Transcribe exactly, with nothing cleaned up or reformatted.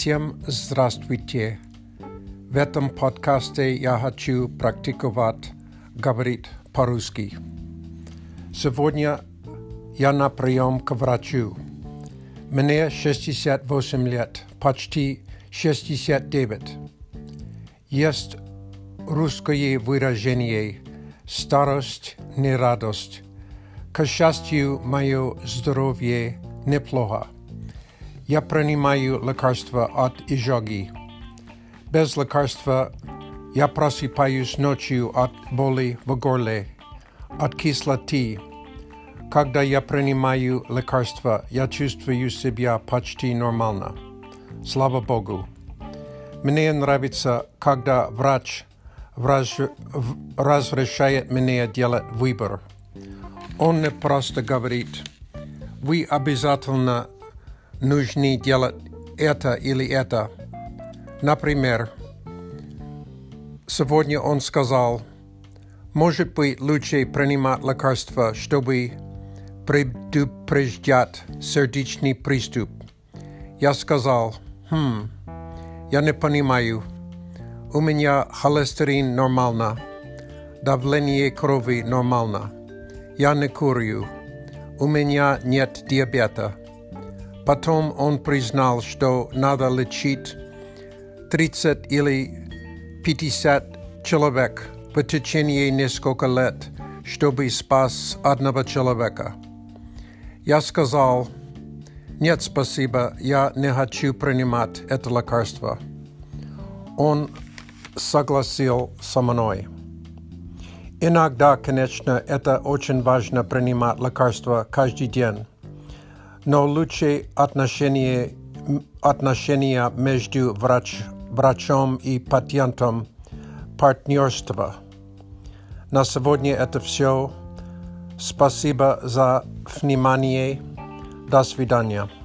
Всем здравствуйте. В этом подкасте я хочу практиковать говорить по-русски. Сегодня я на прием к врачу. Мне шестьдесят восемь лет, почти шестьдесят девять. Есть русское выражение «старость не радость». К счастью, мое здоровье неплохо. Я принимаю лекарства от изжоги. Без лекарства я просыпаюсь ночью от боли в горле, от кислоты. Когда я принимаю лекарства, я чувствую себя почти нормально. Слава Богу. Мне нравится, когда врач раз... разрешает мне делать выбор. Он не просто говорит: вы обязательно нужно делать это или это. Например, сегодня он сказал: может быть, лучше принимать лекарства, чтобы предупреждать сердечный приступ. Я сказал: хм, я не понимаю. У меня холестерин нормально, давление крови нормально. Я не курю. У меня нет диабета. Потом он признал, что надо лечить тридцать или пятьдесят человек в течение нескольких лет, чтобы спасти одного человека. Я сказал: нет, спасибо, я не хочу принимать это лекарство. Он согласился со мной. Иногда, конечно, это очень важно принимать лекарства каждый день. Но лучше отношения, отношения между врач, врачом и пациентом, партнерство. На сегодня это все. Спасибо за внимание. До свидания.